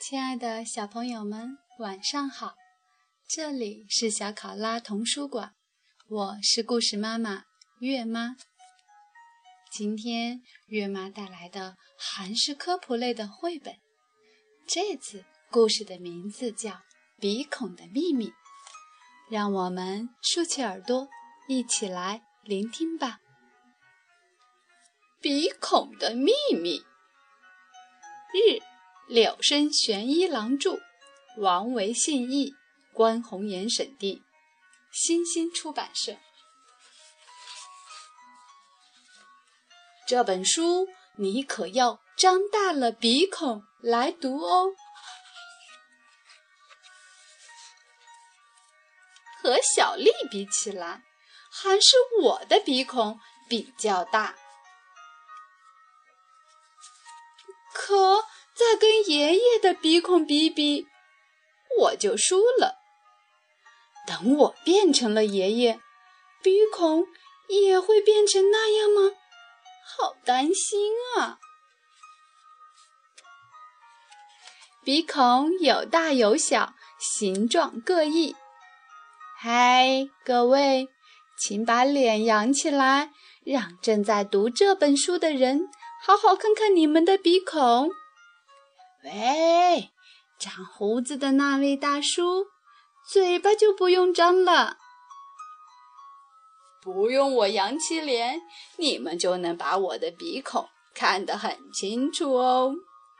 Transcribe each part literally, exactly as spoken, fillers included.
亲爱的小朋友们，晚上好！这里是小考拉童书馆，我是故事妈妈月妈。今天月妈带来的韩式科普类的绘本，这次故事的名字叫《鼻孔的秘密》，让我们竖起耳朵，一起来聆听吧。鼻孔的秘密，日柳生玄一郎著，王维信译，关宏言审定，新星出版社。这本书你可要张大了鼻孔来读哦。和小丽比起来，还是我的鼻孔比较大。可再跟爷爷的鼻孔比比，我就输了。等我变成了爷爷，鼻孔也会变成那样吗？好担心啊！鼻孔有大有小，形状各异。嗨，各位，请把脸扬起来，让正在读这本书的人好好看看你们的鼻孔。喂，长胡子的那位大叔，嘴巴就不用张了。不用我扬起脸，你们就能把我的鼻孔看得很清楚哦。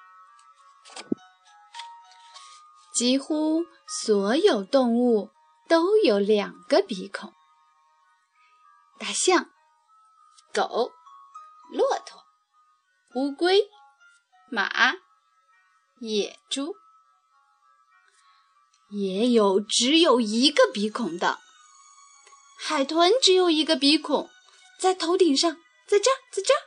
几乎所有动物都有两个鼻孔，大象、狗、骆驼、乌龟、马、野猪，也有只有一个鼻孔的。海豚只有一个鼻孔，在头顶上，在这儿，在这儿。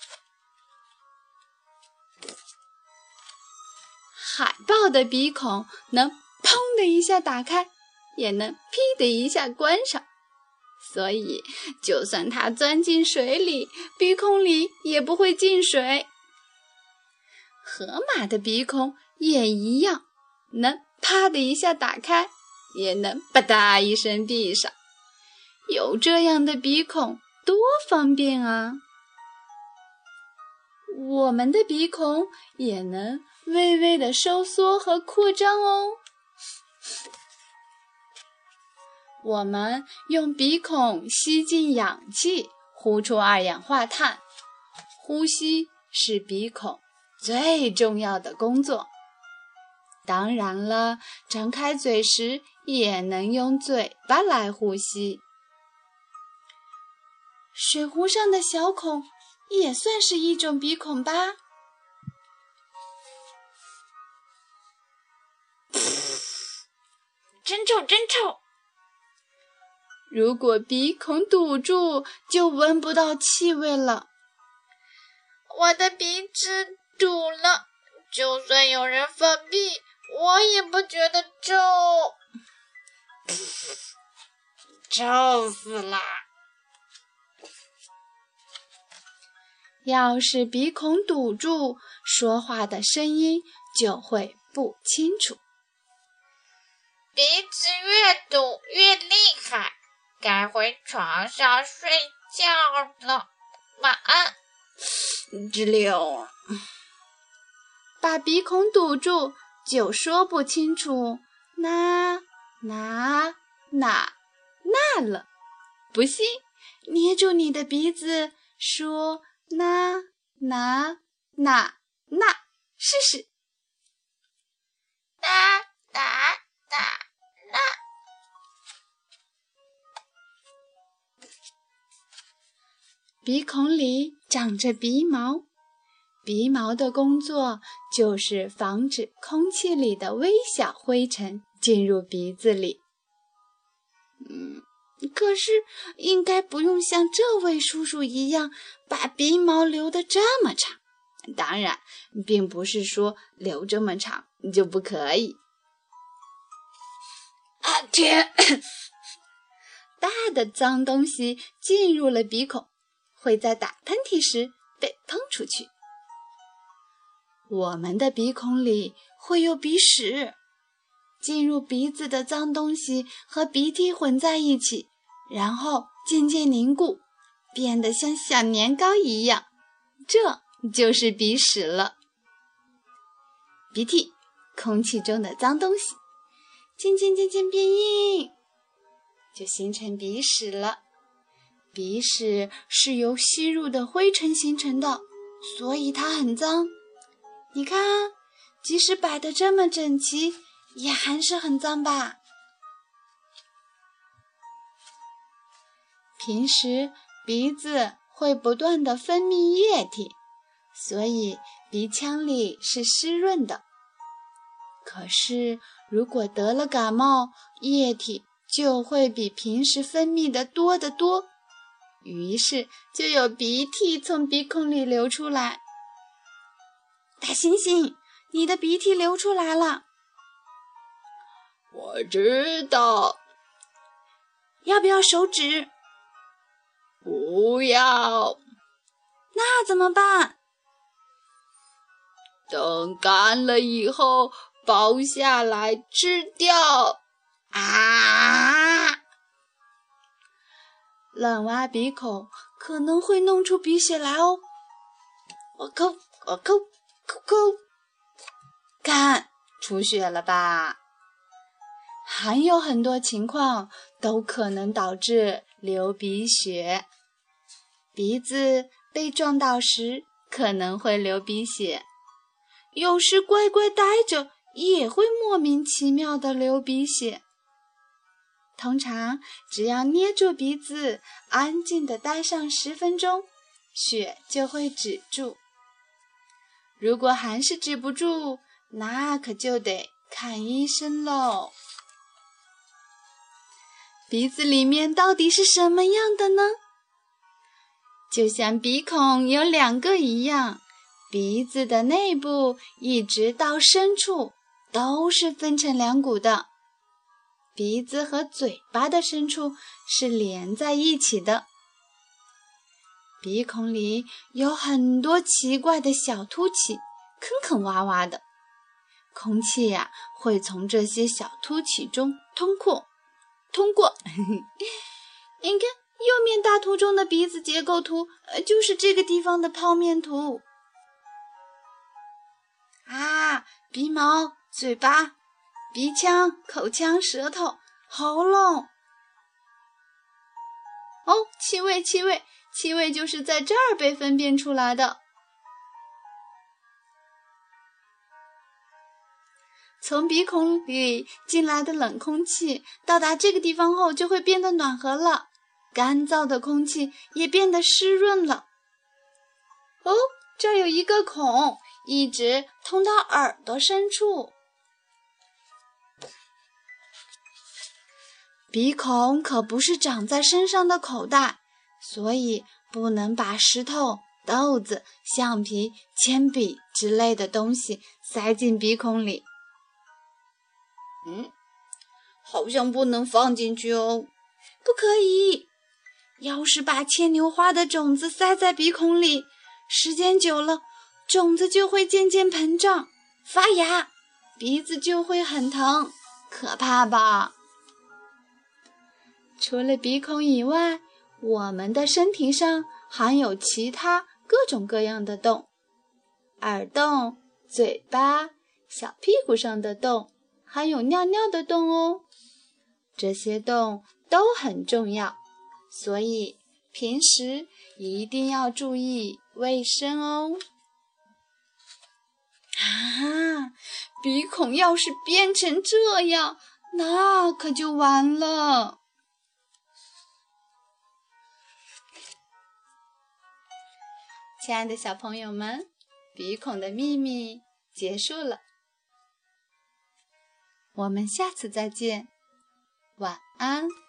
海豹的鼻孔能砰的一下打开，也能噼的一下关上，所以就算它钻进水里，鼻孔里也不会进水。河马的鼻孔也一样，能啪的一下打开，也能吧嗒一声闭上。有这样的鼻孔多方便啊！我们的鼻孔也能微微的收缩和扩张哦。我们用鼻孔吸进氧气，呼出二氧化碳。呼吸是鼻孔最重要的工作。当然了，张开嘴时也能用嘴巴来呼吸。水壶上的小孔也算是一种鼻孔吧。真臭真臭！如果鼻孔堵住，就闻不到气味了。 我的鼻子堵了，就算有人放屁，我也不觉得臭。臭死了！ 要是鼻孔堵住，说话的声音就会不清楚。 鼻子越堵越厉害，该回床上睡觉了。晚安。 吱溜，把鼻孔堵住就说不清楚哪哪哪那了。不信，捏住你的鼻子说那那那那，试试。 那那那那。 鼻孔里长着鼻毛，鼻毛的工作就是防止空气里的微小灰尘进入鼻子里。嗯，可是应该不用像这位叔叔一样把鼻毛留得这么长。当然，并不是说留这么长就不可以。啊天！大的脏东西进入了鼻孔，会在打喷嚏时被喷出去。 我们的鼻孔里会有鼻屎，进入鼻子的脏东西和鼻涕混在一起，然后渐渐凝固，变得像小年糕一样，这就是鼻屎了。鼻涕，空气中的脏东西，渐渐渐渐变硬，就形成鼻屎了。鼻屎是由吸入的灰尘形成的，所以它很脏。你看，即使摆得这么整齐，也还是很脏吧？平时鼻子会不断地分泌液体，所以鼻腔里是湿润的。可是如果得了感冒，液体就会比平时分泌的多得多，于是就有鼻涕从鼻孔里流出来。大猩猩，你的鼻涕流出来了。 我知道。 要不要手指？ 不要。 那怎么办？ 等干了以后剥下来吃掉。 啊！乱挖鼻孔可能会弄出鼻血来哦。我抠，我抠，抠抠，看，出血了吧？还有很多情况都可能导致流鼻血。鼻子被撞到时可能会流鼻血，有时乖乖待着也会莫名其妙的流鼻血。通常只要捏住鼻子，安静地待上十分钟，血就会止住。如果还是止不住，那可就得看医生喽。鼻子里面到底是什么样的呢？就像鼻孔有两个一样，鼻子的内部一直到深处都是分成两股的。鼻子和嘴巴的深处是连在一起的。鼻孔里有很多奇怪的小凸起，坑坑洼洼的。空气呀、啊，会从这些小凸起中通过。通过，你看右面大图中的鼻子结构图，呃，就是这个地方的剖面图。啊，鼻毛、嘴巴、鼻腔、口腔、舌头、喉咙。哦，气味，气味，气味就是在这儿被分辨出来的。从鼻孔里进来的冷空气到达这个地方后，就会变得暖和了，干燥的空气也变得湿润了。哦，这儿有一个孔，一直通到耳朵深处。鼻孔可不是长在身上的口袋，所以不能把石头、豆子、橡皮、铅笔之类的东西塞进鼻孔里。 嗯，好像不能放进去哦。 不可以。要是把牵牛花的种子塞在鼻孔里，时间久了，种子就会渐渐膨胀、发芽，鼻子就会很疼，可怕吧？除了鼻孔以外，我们的身体上还有其他各种各样的洞，耳洞、嘴巴、小屁股上的洞，还有尿尿的洞哦。这些洞都很重要，所以平时一定要注意卫生哦。啊，鼻孔要是变成这样，那可就完了。亲爱的小朋友们，鼻孔的秘密结束了，我们下次再见，晚安。